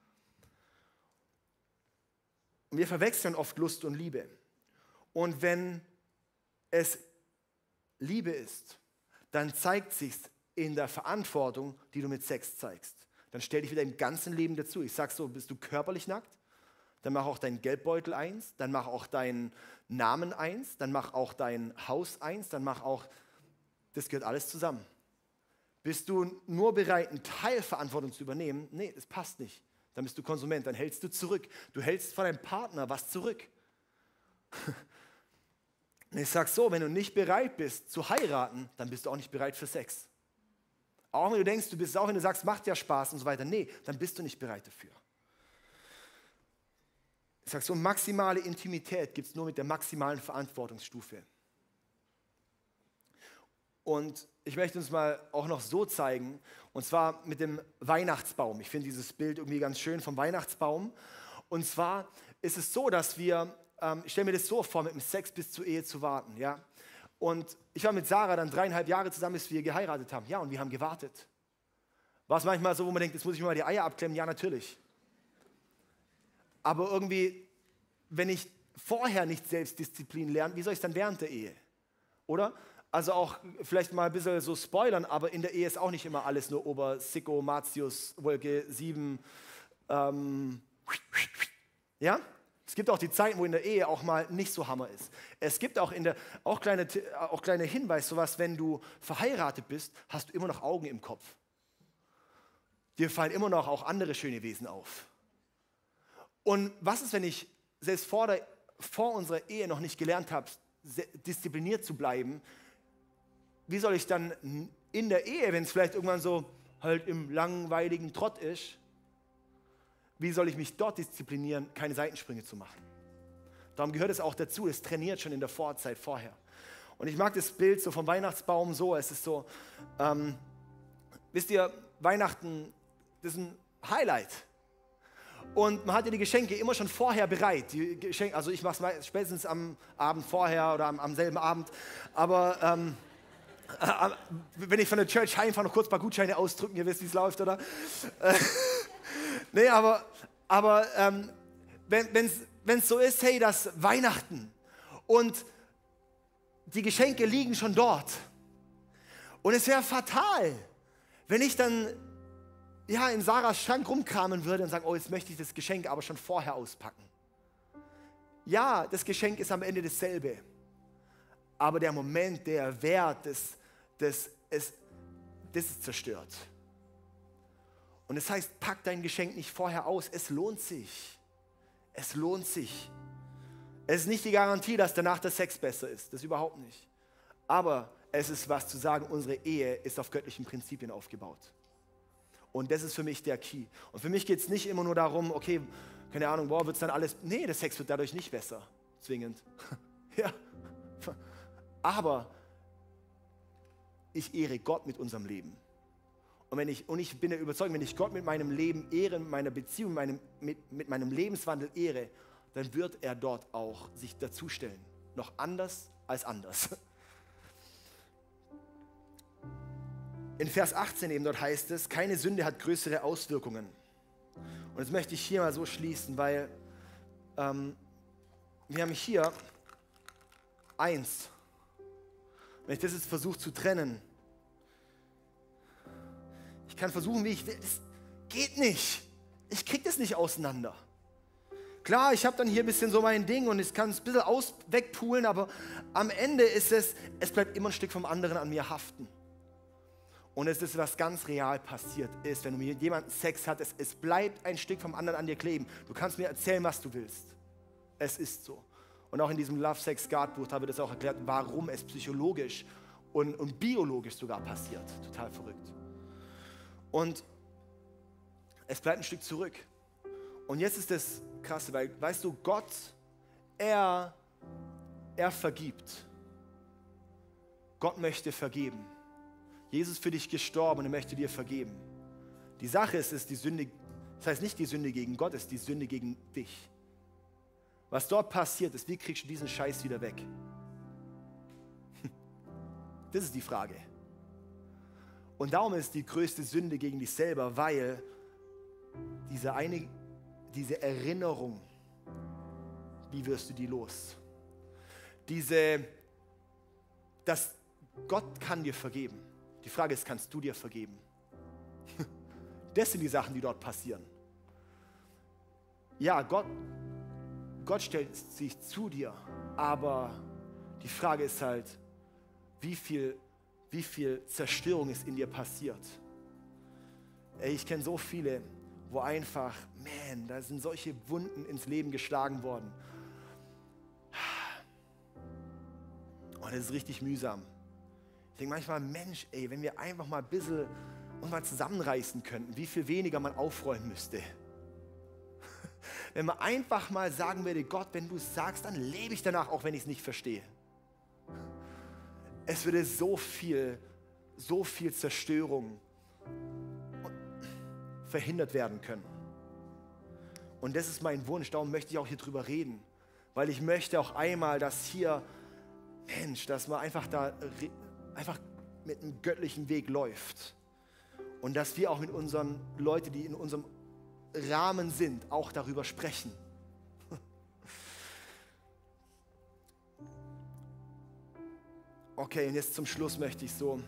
Und wir verwechseln oft Lust und Liebe. Und wenn es Liebe ist, dann zeigt sich's in der Verantwortung, die du mit Sex zeigst. Dann stell dich wieder im ganzen Leben dazu. Ich sag so, bist du körperlich nackt? Dann mach auch deinen Geldbeutel eins, dann mach auch deinen Namen eins, dann mach auch dein Haus eins, dann mach auch, das gehört alles zusammen. Bist du nur bereit, einen Teil Verantwortung zu übernehmen? Nee, das passt nicht. Dann bist du Konsument, dann hältst du zurück. Du hältst von deinem Partner was zurück. Und ich sage so, wenn du nicht bereit bist zu heiraten, dann bist du auch nicht bereit für Sex. Auch wenn du denkst, du bist auch, wenn du sagst, macht ja Spaß und so weiter. Nee, dann bist du nicht bereit dafür. Ich sage so, maximale Intimität gibt es nur mit der maximalen Verantwortungsstufe. Und ich möchte uns mal auch noch so zeigen, und zwar mit dem Weihnachtsbaum. Ich finde dieses Bild irgendwie ganz schön vom Weihnachtsbaum. Und zwar ist es so, dass wir, ich stelle mir das so vor, mit dem Sex bis zur Ehe zu warten. Ja? Und ich war mit Sarah dann 3,5 Jahre zusammen, bis wir geheiratet haben. Ja, und wir haben gewartet. War es manchmal so, wo man denkt, jetzt muss ich mir mal die Eier abklemmen? Ja, natürlich. Aber irgendwie, wenn ich vorher nicht Selbstdisziplin lerne, wie soll ich es dann während der Ehe? Oder? Also auch vielleicht mal ein bisschen so spoilern, aber in der Ehe ist auch nicht immer alles nur Ober, Sicko, Martius, Wolke 7. Ja? Es gibt auch die Zeiten, wo in der Ehe auch mal nicht so Hammer ist. Es gibt auch kleine Hinweis, sowas, wenn du verheiratet bist, hast du immer noch Augen im Kopf. Dir fallen immer noch auch andere schöne Wesen auf. Und was ist, wenn ich selbst vor unserer Ehe noch nicht gelernt habe, diszipliniert zu bleiben? Wie soll ich dann in der Ehe, wenn es vielleicht irgendwann so halt im langweiligen Trott ist, wie soll ich mich dort disziplinieren, keine Seitensprünge zu machen? Darum gehört es auch dazu, es trainiert schon in der Vorzeit vorher. Und ich mag das Bild so vom Weihnachtsbaum so, es ist so, wisst ihr, Weihnachten, das ist ein Highlight. Und man hat ja die Geschenke immer schon vorher bereit. Die Geschenke, also ich mache es spätestens am Abend vorher oder am selben Abend. Aber wenn ich von der Church heimfahre, noch kurz ein paar Gutscheine ausdrücken, ihr wisst, wie es läuft, oder? Nee, aber wenn es so ist, hey, das Weihnachten und die Geschenke liegen schon dort. Und es wäre fatal, wenn ich dann in Sarahs Schrank rumkramen würde und sagen, oh, jetzt möchte ich das Geschenk aber schon vorher auspacken. Ja, das Geschenk ist am Ende dasselbe. Aber der Moment, der Wert, das ist zerstört. Und das heißt, pack dein Geschenk nicht vorher aus. Es lohnt sich. Es lohnt sich. Es ist nicht die Garantie, dass danach der Sex besser ist. Das überhaupt nicht. Aber es ist was zu sagen, unsere Ehe ist auf göttlichen Prinzipien aufgebaut. Und das ist für mich der Key. Und für mich geht es nicht immer nur darum, okay, keine Ahnung, wird es dann alles... Nee, der Sex wird dadurch nicht besser, zwingend. Ja. Aber ich ehre Gott mit unserem Leben. Und ich bin der Überzeugung, wenn ich Gott mit meinem Leben ehre, mit meiner Beziehung, mit meinem Lebenswandel ehre, dann wird er dort auch sich dazustellen. Noch anders als anders. In Vers 18 eben dort heißt es, keine Sünde hat größere Auswirkungen. Und das möchte ich hier mal so schließen, weil wir haben hier eins. Wenn ich das jetzt versuche zu trennen, ich kann versuchen, wie ich will, das geht nicht. Ich kriege das nicht auseinander. Klar, ich habe dann hier ein bisschen so mein Ding und ich kann es ein bisschen wegpulen, aber am Ende ist es bleibt immer ein Stück vom anderen an mir haften. Und es ist, was ganz real passiert ist, wenn du mit jemandem Sex hattest, es bleibt ein Stück vom anderen an dir kleben. Du kannst mir erzählen, was du willst. Es ist so. Und auch in diesem Love, Sex, Guard Buch habe ich das auch erklärt, warum es psychologisch und biologisch sogar passiert. Total verrückt. Und es bleibt ein Stück zurück. Und jetzt ist das Krasse, weil, weißt du, Gott, er vergibt. Gott möchte vergeben. Jesus ist für dich gestorben und er möchte dir vergeben. Die Sache ist die Sünde, das heißt nicht die Sünde gegen Gott, es ist die Sünde gegen dich. Was dort passiert ist, wie kriegst du diesen Scheiß wieder weg? Das ist die Frage. Und darum ist die größte Sünde gegen dich selber, weil diese Erinnerung, wie wirst du die los? Dass Gott kann dir vergeben. Die Frage ist, kannst du dir vergeben? Das sind die Sachen, die dort passieren. Ja, Gott stellt sich zu dir, aber die Frage ist halt, wie viel Zerstörung ist in dir passiert. Ey, ich kenne so viele, wo einfach, da sind solche Wunden ins Leben geschlagen worden. Und das ist richtig mühsam. Ich denke manchmal, Mensch, ey, wenn wir einfach mal ein bisschen uns mal zusammenreißen könnten, wie viel weniger man aufräumen müsste. Wenn man einfach mal sagen würde, Gott, wenn du es sagst, dann lebe ich danach, auch wenn ich es nicht verstehe. Es würde so viel Zerstörung verhindert werden können. Und das ist mein Wunsch, darum möchte ich auch hier drüber reden. Weil ich möchte auch einmal, dass hier, dass man einfach mit einem göttlichen Weg läuft. Und dass wir auch mit unseren Leuten, die in unserem Rahmen sind, auch darüber sprechen. Okay, und jetzt zum Schluss möchte ich so,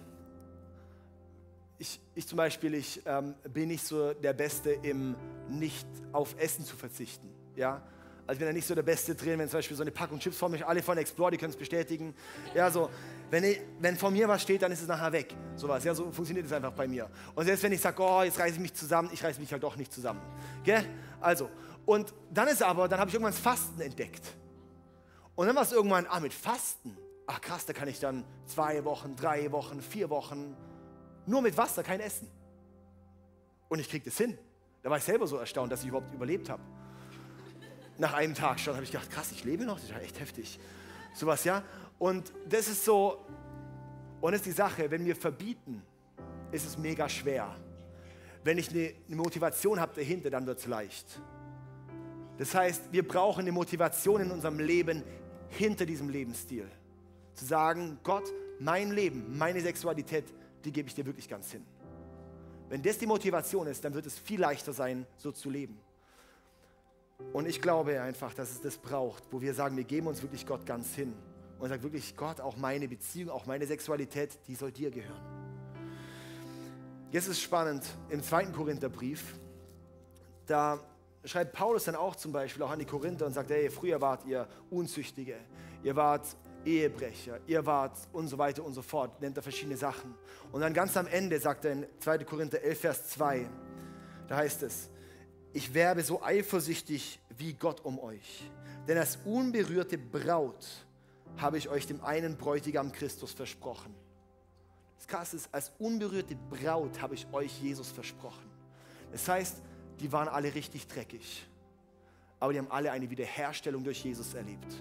ich zum Beispiel, bin nicht so der Beste im nicht auf Essen zu verzichten, ja. Also ich bin da nicht so der Beste drin, wenn zum Beispiel so eine Packung Chips vor mir, alle von Explore, die können es bestätigen. Ja, so, wenn vor mir was steht, dann ist es nachher weg. Sowas, ja, so funktioniert es einfach bei mir. Und selbst wenn ich sage, oh, jetzt reiße ich mich zusammen, ich reiße mich halt doch nicht zusammen. Gell? Also, und dann habe ich irgendwann das Fasten entdeckt. Und dann war es irgendwann, mit Fasten, ach krass, da kann ich dann 2 Wochen, 3 Wochen, 4 Wochen, nur mit Wasser, kein Essen. Und ich kriege das hin. Da war ich selber so erstaunt, dass ich überhaupt überlebt habe. Nach einem Tag schon habe ich gedacht, krass, ich lebe noch, das ist ja echt heftig. Sowas, ja. Und das ist so, und das ist die Sache, wenn wir verbieten, ist es mega schwer. Wenn ich eine Motivation habe dahinter, dann wird es leicht. Das heißt, wir brauchen eine Motivation in unserem Leben hinter diesem Lebensstil. Zu sagen, Gott, mein Leben, meine Sexualität, die gebe ich dir wirklich ganz hin. Wenn das die Motivation ist, dann wird es viel leichter sein, so zu leben. Und ich glaube einfach, dass es das braucht, wo wir sagen, wir geben uns wirklich Gott ganz hin. Und sagen wirklich, Gott, auch meine Beziehung, auch meine Sexualität, die soll dir gehören. Jetzt ist es spannend, im 2. Korintherbrief, da schreibt Paulus dann auch zum Beispiel auch an die Korinther und sagt, hey, früher wart ihr Unzüchtige, ihr wart Ehebrecher, ihr wart und so weiter und so fort, nennt er verschiedene Sachen. Und dann ganz am Ende sagt er in 2. Korinther 11, Vers 2, da heißt es, ich werbe so eifersüchtig wie Gott um euch, denn als unberührte Braut habe ich euch dem einen Bräutigam Christus versprochen. Das Krasse ist, als unberührte Braut habe ich euch Jesus versprochen. Das heißt, die waren alle richtig dreckig, aber die haben alle eine Wiederherstellung durch Jesus erlebt.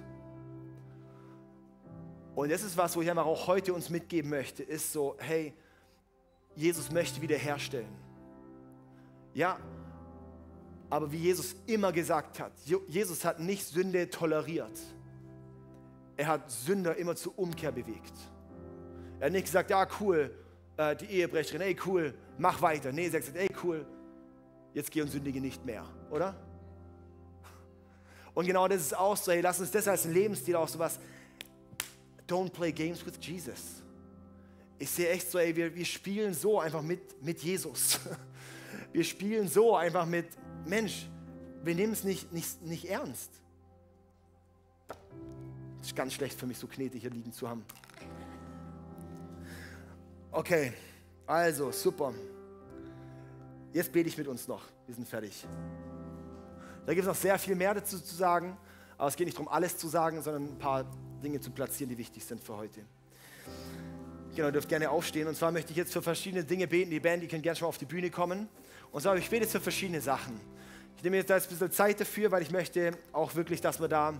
Und das ist was, wo ich einfach auch heute uns mitgeben möchte, ist so, hey, Jesus möchte wiederherstellen. Ja, aber wie Jesus immer gesagt hat, Jesus hat nicht Sünde toleriert. Er hat Sünder immer zur Umkehr bewegt. Er hat nicht gesagt, ja cool, die Ehebrecherin, ey cool, mach weiter. Nee, er hat gesagt, ey cool, jetzt geh und sündige nicht mehr, oder? Und genau das ist auch so, hey, lass uns das als ein Lebensstil auch sowas, don't play games with Jesus. Ich sehe echt so, ey, wir spielen so einfach mit Jesus. Wir spielen so einfach mit, Mensch, wir nehmen es nicht ernst. Das ist ganz schlecht für mich, so Knete hier liegen zu haben. Okay, Also, super. Jetzt bete ich mit uns noch. Wir sind fertig. Da gibt es noch sehr viel mehr dazu zu sagen, aber es geht nicht darum, alles zu sagen, sondern ein paar Dinge zu platzieren, die wichtig sind für heute. Genau, ihr dürft gerne aufstehen. Und zwar möchte ich jetzt für verschiedene Dinge beten. Die Band, die können gerne schon mal auf die Bühne kommen. Und zwar, ich bete jetzt für verschiedene Sachen. Ich nehme jetzt da jetzt ein bisschen Zeit dafür, weil ich möchte auch wirklich, dass wir da,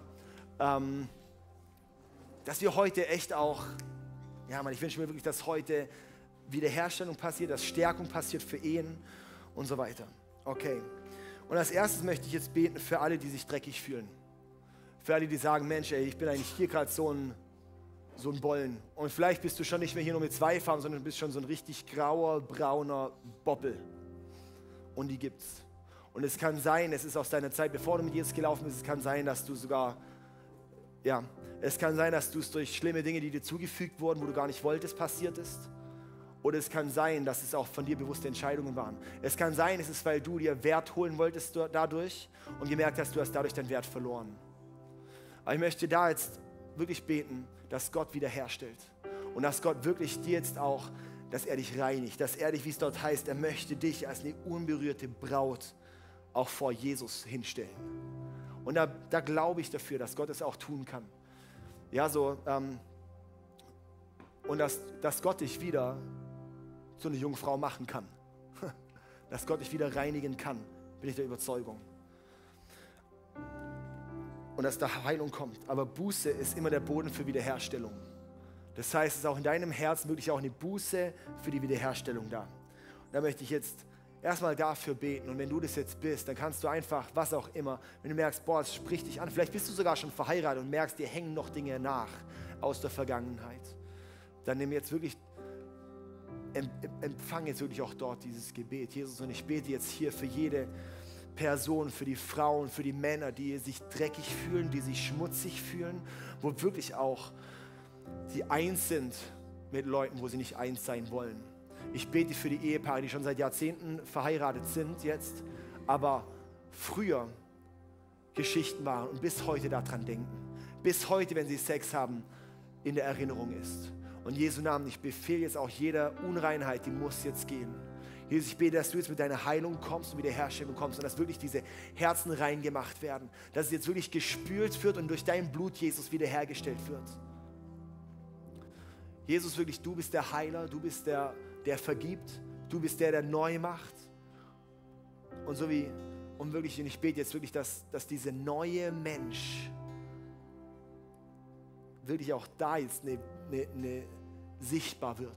dass wir heute echt auch, ja Mann, ich wünsche mir wirklich, dass heute Wiederherstellung passiert, dass Stärkung passiert für Ehen und so weiter. Okay. Und als erstes möchte ich jetzt beten für alle, die sich dreckig fühlen. Für alle, die sagen, Mensch, ey, ich bin eigentlich hier gerade so ein Bollen. Und vielleicht bist du schon nicht mehr hier nur mit 2 Farben, sondern du bist schon so ein richtig grauer, brauner Boppel. Und die gibt's. Und es kann sein, es ist aus deiner Zeit, bevor du mit Jesus gelaufen bist, es kann sein, dass du sogar, ja, es kann sein, dass du es durch schlimme Dinge, die dir zugefügt wurden, wo du gar nicht wolltest, passiert ist. Oder es kann sein, dass es auch von dir bewusste Entscheidungen waren. Es kann sein, es ist, weil du dir Wert holen wolltest dadurch und gemerkt hast, du hast dadurch deinen Wert verloren. Aber ich möchte da jetzt wirklich beten, dass Gott wiederherstellt. Und dass Gott wirklich dir jetzt auch, dass er dich reinigt, dass er dich, wie es dort heißt, er möchte dich als eine unberührte Braut auch vor Jesus hinstellen. Und da glaube ich dafür, dass Gott es auch tun kann. Ja, so, und dass Gott dich wieder so eine Jungfrau machen kann. Dass Gott dich wieder reinigen kann, bin ich der Überzeugung. Und dass da Heilung kommt. Aber Buße ist immer der Boden für Wiederherstellung. Das heißt, es ist auch in deinem Herzen wirklich auch eine Buße für die Wiederherstellung da. Und da möchte ich jetzt erstmal dafür beten. Und wenn du das jetzt bist, dann kannst du einfach, was auch immer, wenn du merkst, boah, es spricht dich an, vielleicht bist du sogar schon verheiratet und merkst, dir hängen noch Dinge nach aus der Vergangenheit. Dann nimm jetzt wirklich, empfang jetzt wirklich auch dort dieses Gebet. Jesus, und ich bete jetzt hier für jede Person, für die Frauen, für die Männer, die sich dreckig fühlen, die sich schmutzig fühlen, wo wirklich auch sie eins sind mit Leuten, wo sie nicht eins sein wollen. Ich bete für die Ehepaare, die schon seit Jahrzehnten verheiratet sind jetzt, aber früher Geschichten waren und bis heute daran denken. Bis heute, wenn sie Sex haben, in der Erinnerung ist. Und in Jesu Namen, ich befehle jetzt auch jeder Unreinheit, die muss jetzt gehen. Jesus, ich bete, dass du jetzt mit deiner Heilung kommst und Wiederherstellung kommst und dass wirklich diese Herzen rein gemacht werden. Dass es jetzt wirklich gespült wird und durch dein Blut, Jesus, wiederhergestellt wird. Jesus, wirklich, du bist der Heiler, du bist der vergibt, du bist der neu macht. Und wirklich, und ich bete jetzt wirklich, dass dieser neue Mensch wirklich auch da jetzt eine sichtbar wird.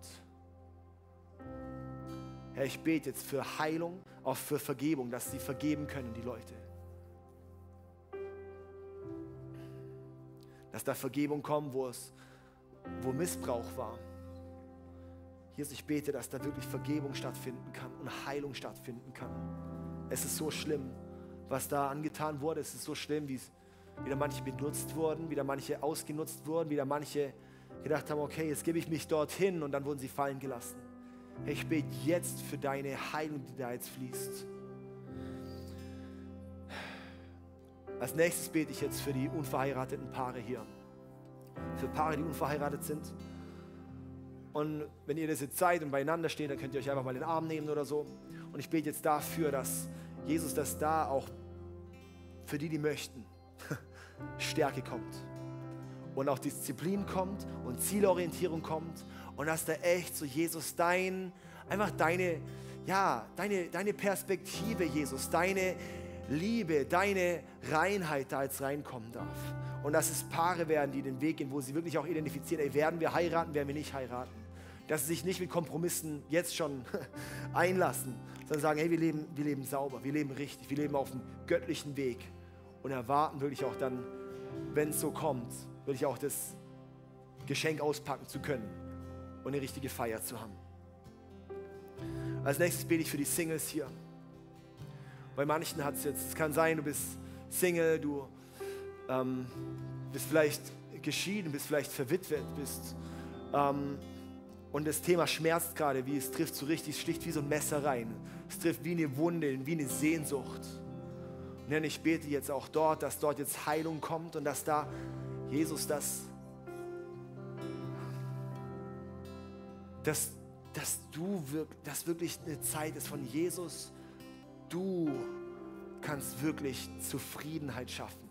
Herr, ich bete jetzt für Heilung, auch für Vergebung, dass sie vergeben können, die Leute. Dass da Vergebung kommt, wo Missbrauch war. Jesus, ich bete, dass da wirklich Vergebung stattfinden kann und Heilung stattfinden kann. Es ist so schlimm, was da angetan wurde. Es ist so schlimm, wie da manche benutzt wurden, wie da manche ausgenutzt wurden, wie da manche gedacht haben, okay, jetzt gebe ich mich dorthin und dann wurden sie fallen gelassen. Herr, ich bete jetzt für deine Heilung, die da jetzt fließt. Als nächstes bete ich jetzt für die unverheirateten Paare hier. Für Paare, die unverheiratet sind. Und wenn ihr das jetzt seid und beieinander steht, dann könnt ihr euch einfach mal in den Arm nehmen oder so. Und ich bete jetzt dafür, dass Jesus, dass da auch für die möchten, Stärke kommt. Und auch Disziplin kommt und Zielorientierung kommt. Und dass da echt so, Jesus, deine Perspektive, Jesus, deine Liebe, deine Reinheit da jetzt reinkommen darf. Und dass es Paare werden, die den Weg gehen, wo sie wirklich auch identifizieren, ey, werden wir heiraten, werden wir nicht heiraten. Dass sie sich nicht mit Kompromissen jetzt schon einlassen, sondern sagen, hey, wir leben sauber, wir leben richtig, wir leben auf dem göttlichen Weg und erwarten wirklich auch dann, wenn es so kommt, wirklich auch das Geschenk auspacken zu können und eine richtige Feier zu haben. Als nächstes bete ich für die Singles hier. Bei manchen hat es jetzt, es kann sein, du bist Single, du bist vielleicht geschieden, bist vielleicht verwitwet, und das Thema schmerzt gerade, wie es trifft so richtig, es sticht wie so ein Messer rein. Es trifft wie eine Wunde, wie eine Sehnsucht. Und ich bete jetzt auch dort, dass dort jetzt Heilung kommt und dass da Jesus dass wirklich eine Zeit ist von Jesus. Du kannst wirklich Zufriedenheit schaffen.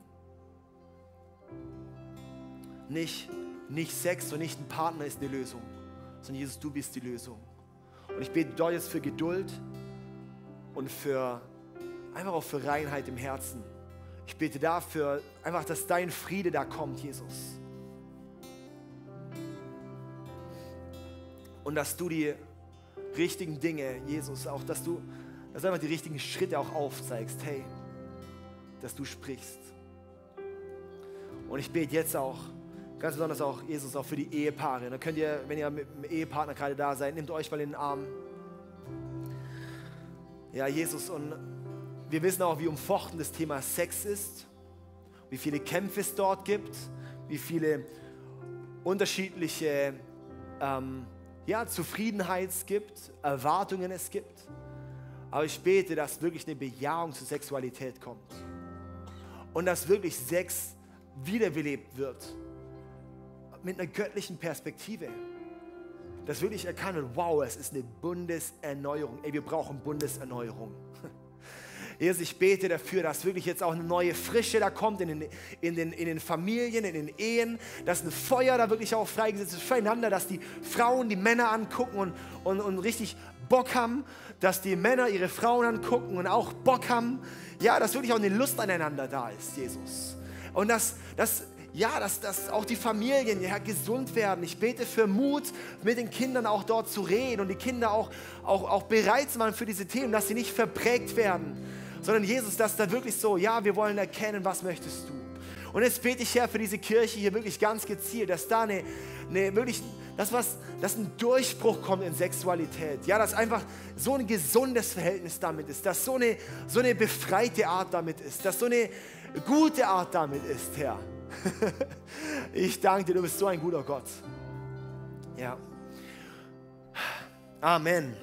Nicht Sex und nicht ein Partner ist eine Lösung, sondern Jesus, du bist die Lösung. Und ich bete dort jetzt für Geduld und einfach auch für Reinheit im Herzen. Ich bete dafür einfach, dass dein Friede da kommt, Jesus. Und dass du die richtigen Dinge, Jesus, auch dass du einfach die richtigen Schritte auch aufzeigst, hey, dass du sprichst. Und ich bete jetzt auch, ganz besonders auch, Jesus, auch für die Ehepaare. Da könnt ihr, wenn ihr mit dem Ehepartner gerade da seid, nehmt euch mal in den Arm. Ja, Jesus, und wir wissen auch, wie umfochten das Thema Sex ist, wie viele Kämpfe es dort gibt, wie viele unterschiedliche Zufriedenheit es gibt, Erwartungen es gibt. Aber ich bete, dass wirklich eine Bejahung zur Sexualität kommt und dass wirklich Sex wiederbelebt wird mit einer göttlichen Perspektive. Dass wirklich erkannt wird, wow, es ist eine Bundeserneuerung. Ey, wir brauchen Bundeserneuerung. Jesus, ich bete dafür, dass wirklich jetzt auch eine neue Frische da kommt in den Familien, in den Ehen, dass ein Feuer da wirklich auch freigesetzt ist füreinander, dass die Frauen die Männer angucken und richtig Bock haben, dass die Männer ihre Frauen angucken und auch Bock haben. Ja, dass wirklich auch eine Lust aneinander da ist, Jesus. Und dass auch die Familien gesund werden. Ich bete für Mut, mit den Kindern auch dort zu reden und die Kinder auch bereit zu machen für diese Themen, dass sie nicht verprägt werden, sondern Jesus, dass da wirklich so, ja, wir wollen erkennen, was möchtest du. Und jetzt bete ich, Herr, für diese Kirche hier wirklich ganz gezielt, dass da dass ein Durchbruch kommt in Sexualität. Ja, dass einfach so ein gesundes Verhältnis damit ist, dass so eine befreite Art damit ist, dass so eine gute Art damit ist, Herr. Ich danke dir, du bist so ein guter Gott. Ja. Amen.